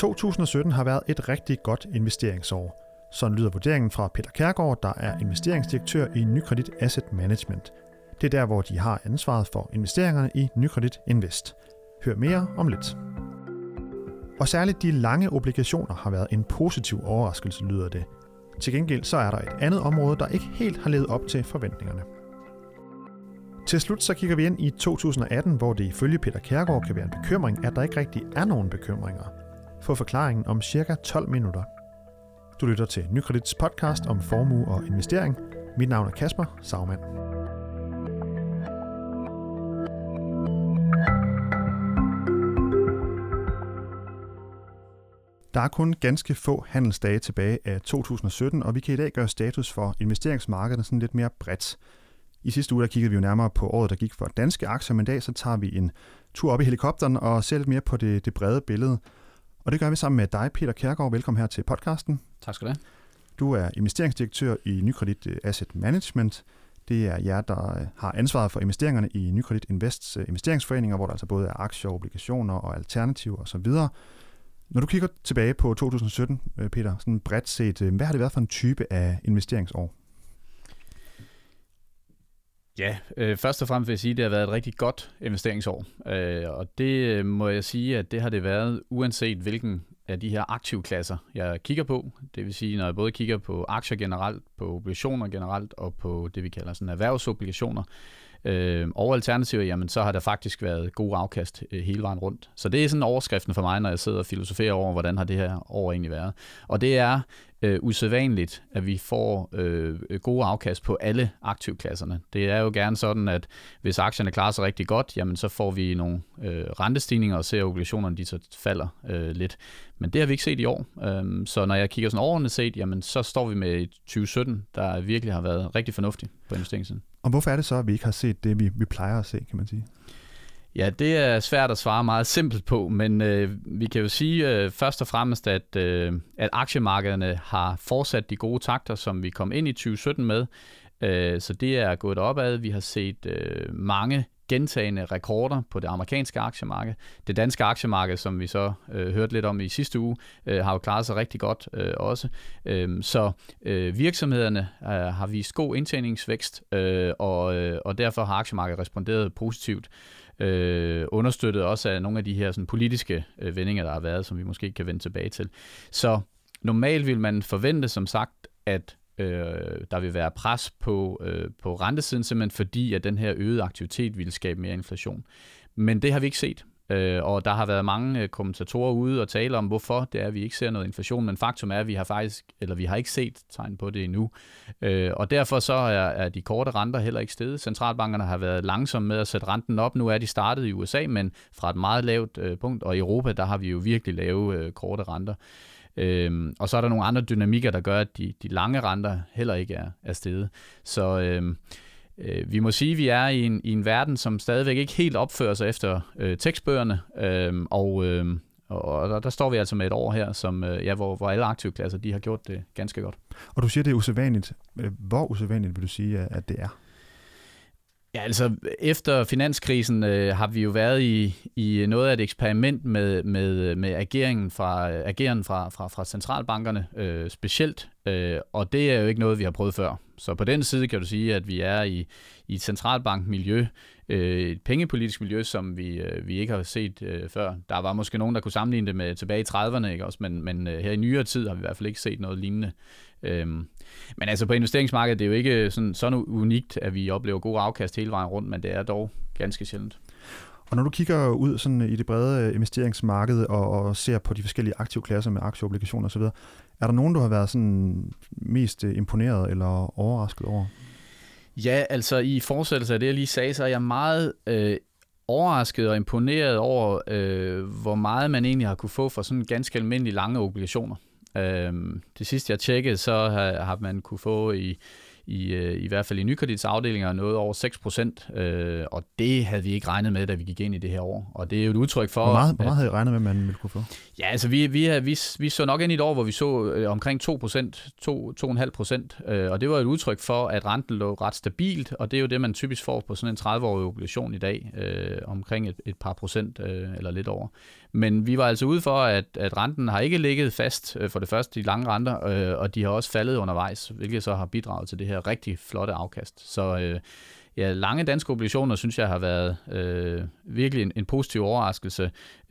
2017 har været et rigtig godt investeringsår. Sådan lyder vurderingen fra Peter Kjærgaard, der er investeringsdirektør i Nykredit Asset Management. Det er der, hvor de har ansvaret for investeringerne i Nykredit Invest. Hør mere om lidt. Og særligt de lange obligationer har været en positiv overraskelse, lyder det. Til gengæld så er der et andet område, der ikke helt har levet op til forventningerne. Til slut så kigger vi ind i 2018, hvor det ifølge Peter Kjærgaard kan være en bekymring, at der ikke rigtig er nogen bekymringer. Få forklaringen om cirka 12 minutter. Du lytter til Nykredits podcast om formue og investering. Mit navn er Kasper Sagmann. Der er kun ganske få handelsdage tilbage af 2017, og vi kan i dag gøre status for investeringsmarkedet sådan lidt mere bredt. I sidste uge der kiggede vi jo nærmere på året, der gik for danske aktier, men i dag så tager vi en tur op i helikopteren og ser lidt mere på det brede billede. Og det gør vi sammen med dig, Peter Kjærgaard. Velkommen her til podcasten. Tak skal du have. Du er investeringsdirektør i Nykredit Asset Management. Det er jer, der har ansvaret for investeringerne i Nykredit Invests investeringsforeninger, hvor der altså både er aktier, obligationer og alternativer osv. Når du kigger tilbage på 2017, Peter, sådan bredt set, hvad har det været for en type af investeringsår? Ja, først og fremmest vil jeg sige, at det har været et rigtig godt investeringsår. Og det må jeg sige, at det har det været uanset hvilken af de her aktivklasser, jeg kigger på. Det vil sige, når jeg både kigger på aktier generelt, på obligationer generelt og på det, vi kalder sådan erhvervsobligationer og alternativer, jamen så har der faktisk været god afkast hele vejen rundt. Så det er sådan overskriften for mig, når jeg sidder og filosoferer over, hvordan har det her år egentlig været. Og det er usædvanligt, at vi får gode afkast på alle aktivklasserne. Det er jo gerne sådan, at hvis aktierne klarer sig rigtig godt, jamen så får vi nogle rentestigninger og ser, at obligationerne de så falder lidt. Men det har vi ikke set i år. Så når jeg kigger sådan overordnet set, jamen så står vi med 2017, der virkelig har været rigtig fornuftigt på investeringssiden. Og hvorfor er det så, at vi ikke har set det, vi plejer at se, kan man sige? Ja, det er svært at svare meget simpelt på, men vi kan jo sige først og fremmest, at aktiemarkederne har fortsat de gode takter, som vi kom ind i 2017 med. Så det er gået opad. Vi har set mange gentagende rekorder på det amerikanske aktiemarked. Det danske aktiemarked, som vi så hørte lidt om i sidste uge, har jo klaret sig rigtig godt også. Så virksomhederne har vist god indtjeningsvækst, og derfor har aktiemarkedet responderet positivt. Understøttet også af nogle af de her sådan, politiske vendinger, der har været, som vi måske kan vende tilbage til. Så normalt vil man forvente, som sagt, at der vil være pres på rentesiden, simpelthen fordi, at den her øgede aktivitet vil skabe mere inflation. Men det har vi ikke set. Og der har været mange kommentatorer ude og tale om, hvorfor det er, at vi ikke ser noget inflation, men faktum er, at vi har ikke set tegn på det endnu. Og derfor så er de korte renter heller ikke steget. Centralbankerne har været langsomme med at sætte renten op. Nu er de startet i USA, men fra et meget lavt punkt, og i Europa, der har vi jo virkelig lave korte renter. Og så er der nogle andre dynamikker, der gør, at de lange renter heller ikke er steget. Så vi må sige, at vi er i en verden, som stadigvæk ikke helt opfører sig efter tekstbøgerne, og der står vi altså med et år her, som, hvor alle aktive klasser de har gjort det ganske godt. Og du siger, det er usædvanligt. Hvor usædvanligt vil du sige, at det er? Ja, altså efter finanskrisen har vi jo været i noget af et eksperiment med ageren fra centralbankerne specielt, og det er jo ikke noget, vi har prøvet før. Så på den side kan du sige, at vi er i et centralbankmiljø, et pengepolitisk miljø, som vi ikke har set før. Der var måske nogen, der kunne sammenligne det med tilbage i 30'erne, ikke også? Men her i nyere tid har vi i hvert fald ikke set noget lignende. Men altså på investeringsmarkedet, det er jo ikke sådan unikt, at vi oplever gode afkast hele vejen rundt, men det er dog ganske sjældent. Og når du kigger ud sådan i det brede investeringsmarked og ser på de forskellige aktivklasser med aktieobligationer osv., er der nogen, du har været sådan mest imponeret eller overrasket over? Ja, altså i fortsættelse af det, jeg lige sagde, så er jeg meget overrasket og imponeret over, hvor meget man egentlig har kunne få for sådan ganske almindelige lange obligationer. Det sidste jeg tjekkede, så har man kunne få i hvert fald i Nykredits afdelinger noget over 6%, og det havde vi ikke regnet med, da vi gik ind i det her år. Og det er jo et udtryk for... Hvor meget havde I regnet med, man ville kunne få? Ja, altså vi så nok ind i et år, hvor vi så omkring 2%, 2,5%, og det var et udtryk for, at renten lå ret stabilt, og det er jo det, man typisk får på sådan en 30-årig obligation i dag, omkring et par procent eller lidt over. Men vi var altså ude for, at renten har ikke ligget fast for det første, de lange renter, og de har også faldet undervejs, hvilket så har bidraget til det her rigtig flotte afkast. Så lange danske obligationer, synes jeg, har været virkelig en positiv overraskelse,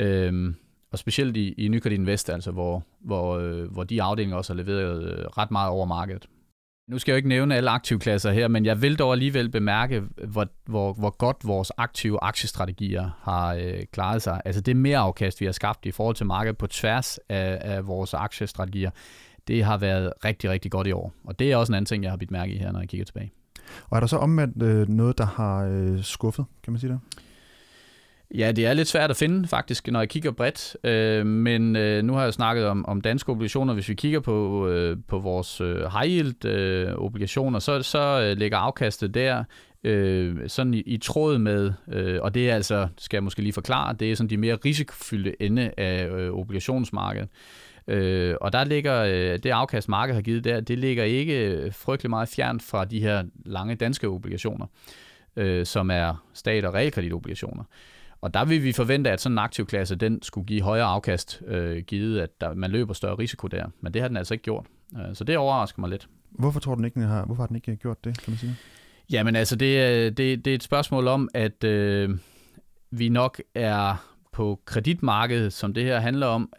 og specielt i Nykredit Invest, altså hvor de afdelinger også har leveret ret meget over markedet. Nu skal jeg jo ikke nævne alle aktivklasser her, men jeg vil dog alligevel bemærke, hvor godt vores aktive aktiestrategier har klaret sig. Altså det merafkast, vi har skabt i forhold til markedet på tværs af vores aktiestrategier, det har været rigtig, rigtig godt i år. Og det er også en anden ting, jeg har bidt mærke i her, når jeg kigger tilbage. Og er der så omvendt noget, der har skuffet, kan man sige det? Ja, det er lidt svært at finde faktisk, når jeg kigger bredt, men nu har jeg snakket om danske obligationer. Hvis vi kigger på vores high yield obligationer, så ligger afkastet der sådan i tråd med, og det er altså, skal jeg måske lige forklare, det er sådan de mere risikofyldte ende af obligationsmarkedet. Og der ligger det afkast, markedet har givet der, det ligger ikke frygtelig meget fjernt fra de her lange danske obligationer, som er stat- og realkreditobligationer. Og der vil vi forvente, at sådan en aktivklasse, den skulle give højere afkast, givet at man løber større risiko der. Men det har den altså ikke gjort. Så det overrasker mig lidt. Hvorfor har den ikke gjort det, kan man sige? Jamen altså, det er et spørgsmål om, at vi nok er på kreditmarkedet, som det her handler om,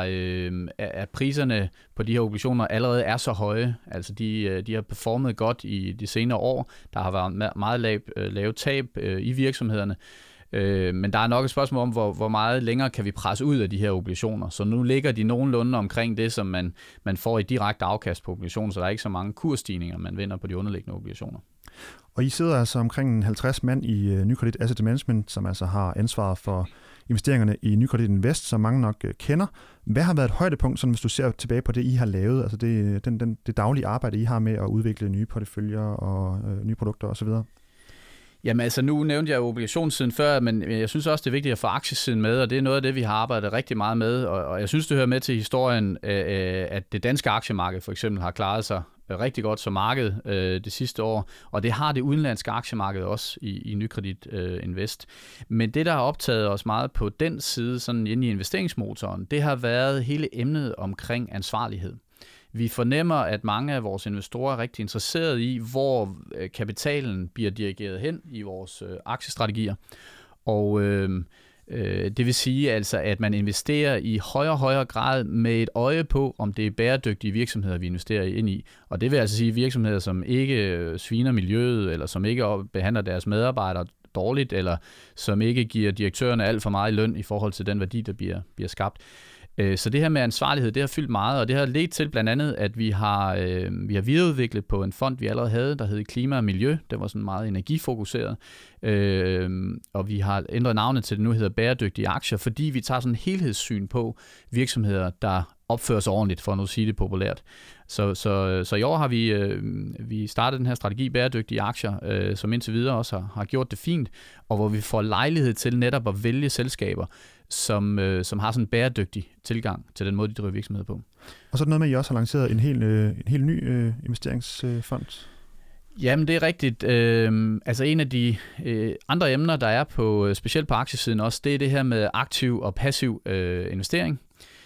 er priserne på de her obligationer allerede er så høje. Altså de har performet godt i de senere år. Der har været meget lave tab i virksomhederne. Men der er nok et spørgsmål om, hvor meget længere kan vi presse ud af de her obligationer. Så nu ligger de nogenlunde omkring det, som man får i direkte afkast på obligationer, så der er ikke så mange kursstigninger, man vinder på de underliggende obligationer. Og I sidder altså omkring 50 mand i Nykredit Asset Management, som altså har ansvaret for investeringerne i Nykredit Invest, som mange nok kender. Hvad har været et højdepunkt, sådan, hvis du ser tilbage på det, I har lavet, altså det daglige arbejde, I har med at udvikle nye porteføljer og nye produkter osv.? Jamen altså, nu nævnte jeg jo obligationssiden før, men jeg synes også, det er vigtigt at få aktiesiden med, og det er noget af det, vi har arbejdet rigtig meget med, og jeg synes, det hører med til historien, at det danske aktiemarked for eksempel har klaret sig rigtig godt som marked det sidste år, og det har det udenlandske aktiemarked også i Nykredit Invest. Men det, der har optaget os meget på den side, sådan inde i investeringsmotoren, det har været hele emnet omkring ansvarlighed. Vi fornemmer, at mange af vores investorer er rigtig interesserede i, hvor kapitalen bliver dirigeret hen i vores aktiestrategier. Og det vil sige altså, at man investerer i højere grad med et øje på, om det er bæredygtige virksomheder, vi investerer ind i. Og det vil altså sige virksomheder, som ikke sviner miljøet, eller som ikke behandler deres medarbejdere dårligt, eller som ikke giver direktørerne alt for meget i løn i forhold til den værdi, der bliver skabt. Så det her med ansvarlighed, det har fyldt meget, og det har ledt til blandt andet, at vi har videreudviklet på en fond, vi allerede havde, der hed Klima og Miljø. Det var sådan meget energifokuseret, og vi har ændret navnet til det nu hedder Bæredygtige Aktier, fordi vi tager sådan en helhedssyn på virksomheder, der opfører sig ordentligt, for at nu sige det populært. Så i år har vi startet den her strategi Bæredygtige Aktier, som indtil videre også har gjort det fint, og hvor vi får lejlighed til netop at vælge selskaber, som har sådan en bæredygtig tilgang til den måde, de driver virksomhed på. Og så er det noget med, at I også har lanceret en helt ny investeringsfond. Jamen, det er rigtigt. Altså en af de andre emner, der er på specielt på aktiesiden også, det er det her med aktiv og passiv investering.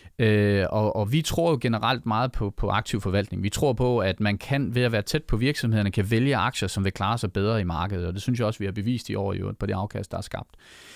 Og vi tror jo generelt meget på aktiv forvaltning. Vi tror på, at man kan ved at være tæt på virksomhederne, kan vælge aktier, som vil klare sig bedre i markedet. Og det synes jeg også, vi har bevist i år i øvrigt på det afkast, der er skabt.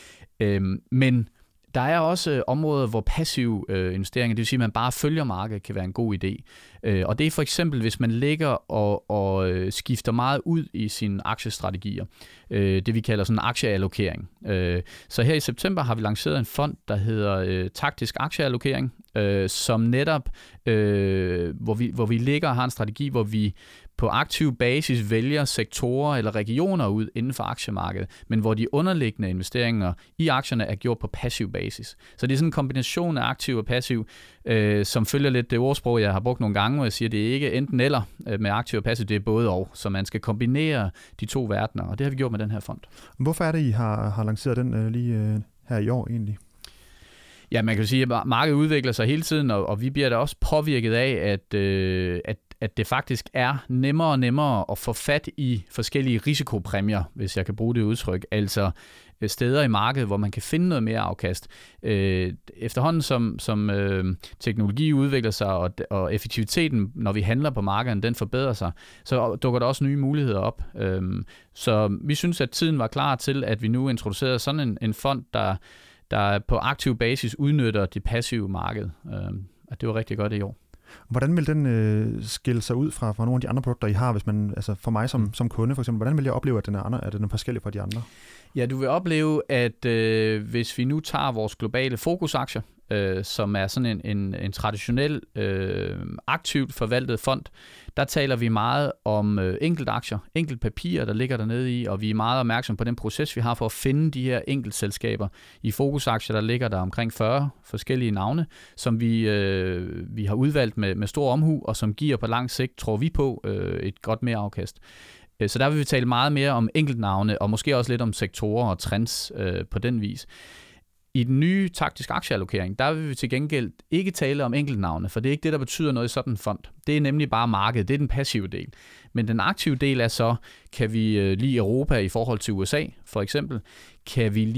Men der er også områder, hvor passiv investeringer, det vil sige, at man bare følger markedet, kan være en god idé. Og det er for eksempel, hvis man ligger og skifter meget ud i sine aktiestrategier. Det vi kalder sådan en aktieallokering. Så her i september har vi lanceret en fond, der hedder taktisk aktieallokering, som netop, hvor vi ligger og har en strategi, hvor vi på aktiv basis vælger sektorer eller regioner ud inden for aktiemarkedet, men hvor de underliggende investeringer i aktierne er gjort på passiv basis. Så det er sådan en kombination af aktiv og passiv, som følger lidt det ordsprog, jeg har brugt nogle gange, hvor jeg siger, at det er ikke enten eller med aktiv og passiv, det er både og. Så man skal kombinere de to verdener, og det har vi gjort med den her fond. Hvorfor er det, I har lanceret den lige her i år egentlig? Ja, man kan jo sige, at markedet udvikler sig hele tiden, og vi bliver da også påvirket af, at det faktisk er nemmere og nemmere at få fat i forskellige risikopræmier, hvis jeg kan bruge det udtryk. Altså steder i markedet, hvor man kan finde noget mere afkast. Efterhånden som teknologi udvikler sig, og effektiviteten, når vi handler på markedet, den forbedrer sig, så dukker der også nye muligheder op. Så vi synes, at tiden var klar til, at vi nu introducerede sådan en fond, der på aktiv basis udnytter det passive marked. Og det var rigtig godt i år. Hvordan vil den skille sig ud fra nogle af de andre produkter, I har, hvis man, altså for mig som kunde for eksempel, hvordan vil jeg opleve, at den er forskellig fra de andre? Ja, du vil opleve, at hvis vi nu tager vores globale fokusaktier, som er sådan en traditionel, aktivt forvaltet fond, der taler vi meget om enkeltaktier, enkelt papirer, der ligger dernede i, og vi er meget opmærksom på den proces, vi har for at finde de her enkeltselskaber. I fokusaktier, der ligger der omkring 40 forskellige navne, som vi har udvalgt med stor omhu, og som giver på lang sigt, tror vi på, et godt mere afkast. Så der vil vi tale meget mere om enkeltnavne, og måske også lidt om sektorer og trends på den vis. I den nye taktisk aktieallokering, der vil vi til gengæld ikke tale om enkeltnavne, for det er ikke det, der betyder noget i sådan en fond. Det er nemlig bare markedet, det er den passive del. Men den aktive del er så, kan vi lide Europa i forhold til USA, for eksempel. Kan vi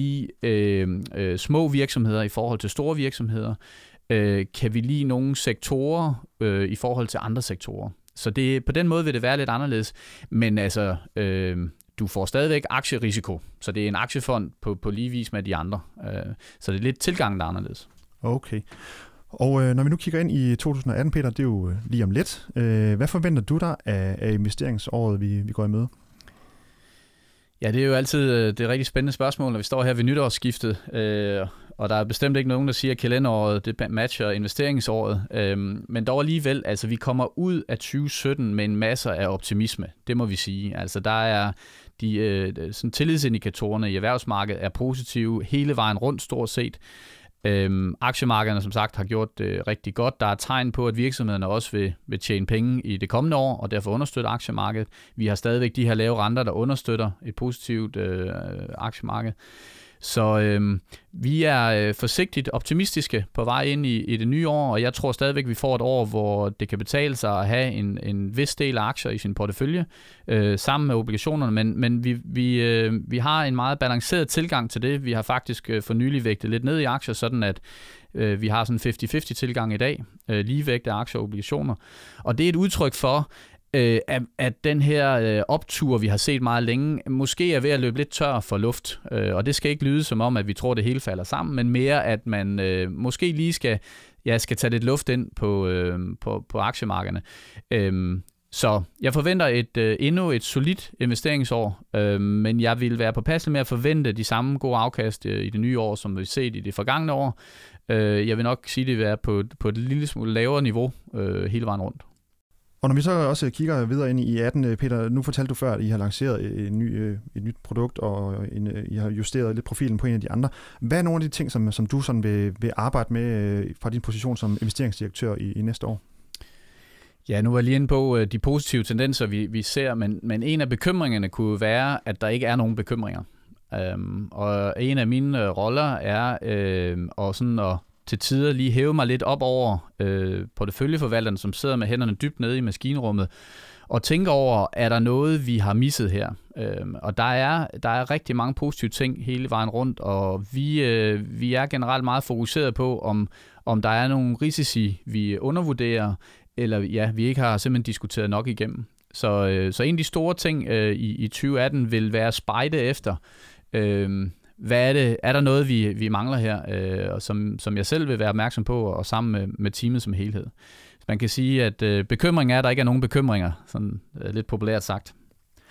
lide små virksomheder i forhold til store virksomheder. Kan vi lide nogle sektorer i forhold til andre sektorer. Så på den måde vil det være lidt anderledes. Men altså, du får stadigvæk aktierisiko, så det er en aktiefond på lige vis med de andre. Så det er lidt tilgangen, der er anderledes. Okay. Og når vi nu kigger ind i 2018, Peter, det er jo lige om lidt. Hvad forventer du dig af investeringsåret, vi går i møde? Ja, det er jo altid det rigtig spændende spørgsmål, når vi står her ved nytårsskiftet. Og der er bestemt ikke nogen, der siger, at kalenderåret det matcher investeringsåret. Men dog alligevel, altså vi kommer ud af 2017 med en masse af optimisme. Det må vi sige. Altså der er sådan tillidsindikatorerne i erhvervsmarkedet er positive hele vejen rundt stort set. Aktiemarkederne som sagt har gjort det rigtig godt. Der er tegn på, at virksomhederne også vil tjene penge i det kommende år, og derfor understøtte aktiemarkedet. Vi har stadigvæk de her lave renter, der understøtter et positivt aktiemarked. Så vi er forsigtigt optimistiske på vej ind i det nye år, og jeg tror stadigvæk, vi får et år, hvor det kan betale sig at have en vis del af aktier i sin portefølje, sammen med obligationerne, men vi har en meget balanceret tilgang til det. Vi har faktisk for nylig vægtet lidt ned i aktier, sådan at vi har sådan en 50-50 tilgang i dag, ligevægt af aktier og obligationer, og det er et udtryk for, at den her optur, vi har set meget længe, måske er ved at løbe lidt tør for luft. Og det skal ikke lyde som om, at vi tror, det hele falder sammen, men mere, at man måske lige skal tage lidt luft ind på aktiemarkederne. Så jeg forventer endnu et solidt investeringsår, men jeg vil være påpasselig med at forvente de samme gode afkast i det nye år, som vi har set i det forgangne år. Jeg vil nok sige, at det vil være på et lille smule lavere niveau hele vejen rundt. Og når vi så også kigger videre ind i 18, Peter, nu fortalte du før, at I har lanceret et nyt produkt, og I har justeret lidt profilen på en af de andre. Hvad er nogle af de ting, som du sådan vil arbejde med fra din position som investeringsdirektør i næste år? Ja, nu var jeg lige inde på de positive tendenser, vi ser, men en af bekymringerne kunne jo være, at der ikke er nogen bekymringer. Og en af mine roller er at til tider lige hæve mig lidt op over porteføljeforvalteren, som sidder med hænderne dybt nede i maskinrummet, og tænke over, er der noget, vi har misset her? Og der er rigtig mange positive ting hele vejen rundt, og vi er generelt meget fokuseret på, om der er nogle risici, vi undervurderer, eller vi ikke har simpelthen diskuteret nok igennem. Så en af de store ting i 2018 vil være at spejde efter, hvad er det? Er der noget, vi mangler her, som jeg selv vil være opmærksom på, og sammen med teamet som helhed? Man kan sige, at bekymring er, at der ikke er nogen bekymringer, sådan lidt populært sagt.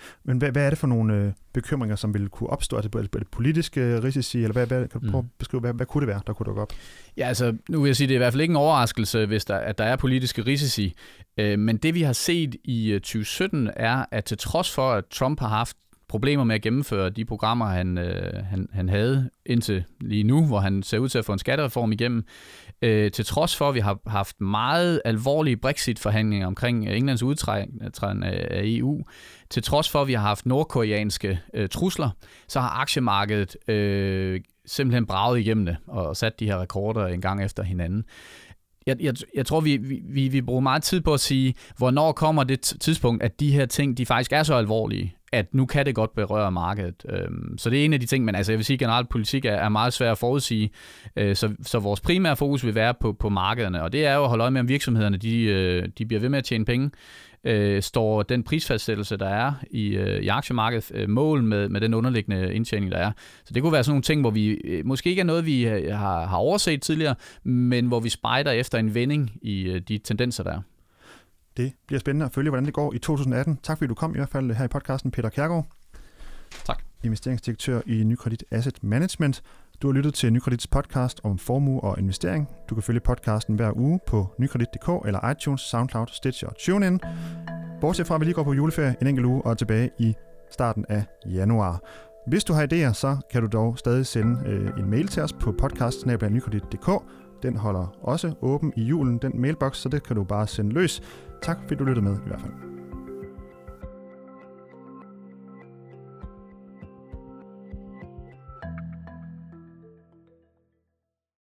Men hvad er det for nogle bekymringer, som ville kunne opstå? Er det politiske risici, eller hvad kan du prøve at beskrive, hvad kunne det være, der kunne dukke op? Ja, altså nu vil jeg sige, det er i hvert fald ikke en overraskelse, hvis at der er politiske risici. Men det vi har set i 2017 er, at til trods for, at Trump har haft problemer med at gennemføre de programmer, han havde indtil lige nu, hvor han ser ud til at få en skattereform igennem, til trods for, at vi har haft meget alvorlige Brexit-forhandlinger omkring Englands udtræden af EU, til trods for, at vi har haft nordkoreanske trusler, så har aktiemarkedet simpelthen braget igennem det og sat de her rekorder en gang efter hinanden. Jeg tror, vi bruger meget tid på at sige, hvornår kommer det tidspunkt, at de her ting, de faktisk er så alvorlige, at nu kan det godt berøre markedet. Så det er en af de ting, men altså jeg vil sige generelt, politik er meget svært at forudsige, så vores primære fokus vil være på markederne, og det er jo at holde øje med, om virksomhederne de bliver ved med at tjene penge. Står den prisfastsættelse, der er i aktiemarkedet, mål med den underliggende indtjening, der er. Så det kunne være sådan nogle ting, hvor vi måske ikke er noget, vi har overset tidligere, men hvor vi spejder efter en vending i de tendenser, der er. Det bliver spændende at følge, hvordan det går i 2018. Tak fordi du kom i hvert fald her i podcasten, Peter Kjærgaard. Tak. Investeringsdirektør i Nykredit Asset Management. Du har lyttet til Nykredits podcast om formue og investering. Du kan følge podcasten hver uge på nykredit.dk eller iTunes, SoundCloud, Stitcher og TuneIn. Bortset fra, at vi lige går på juleferie en enkelt uge og er tilbage i starten af januar. Hvis du har idéer, så kan du dog stadig sende en mail til os på podcast@nykredit.dk. Den holder også åben i julen, den mailbox, så det kan du bare sende løs. Tak fordi du lyttede med i hvert fald.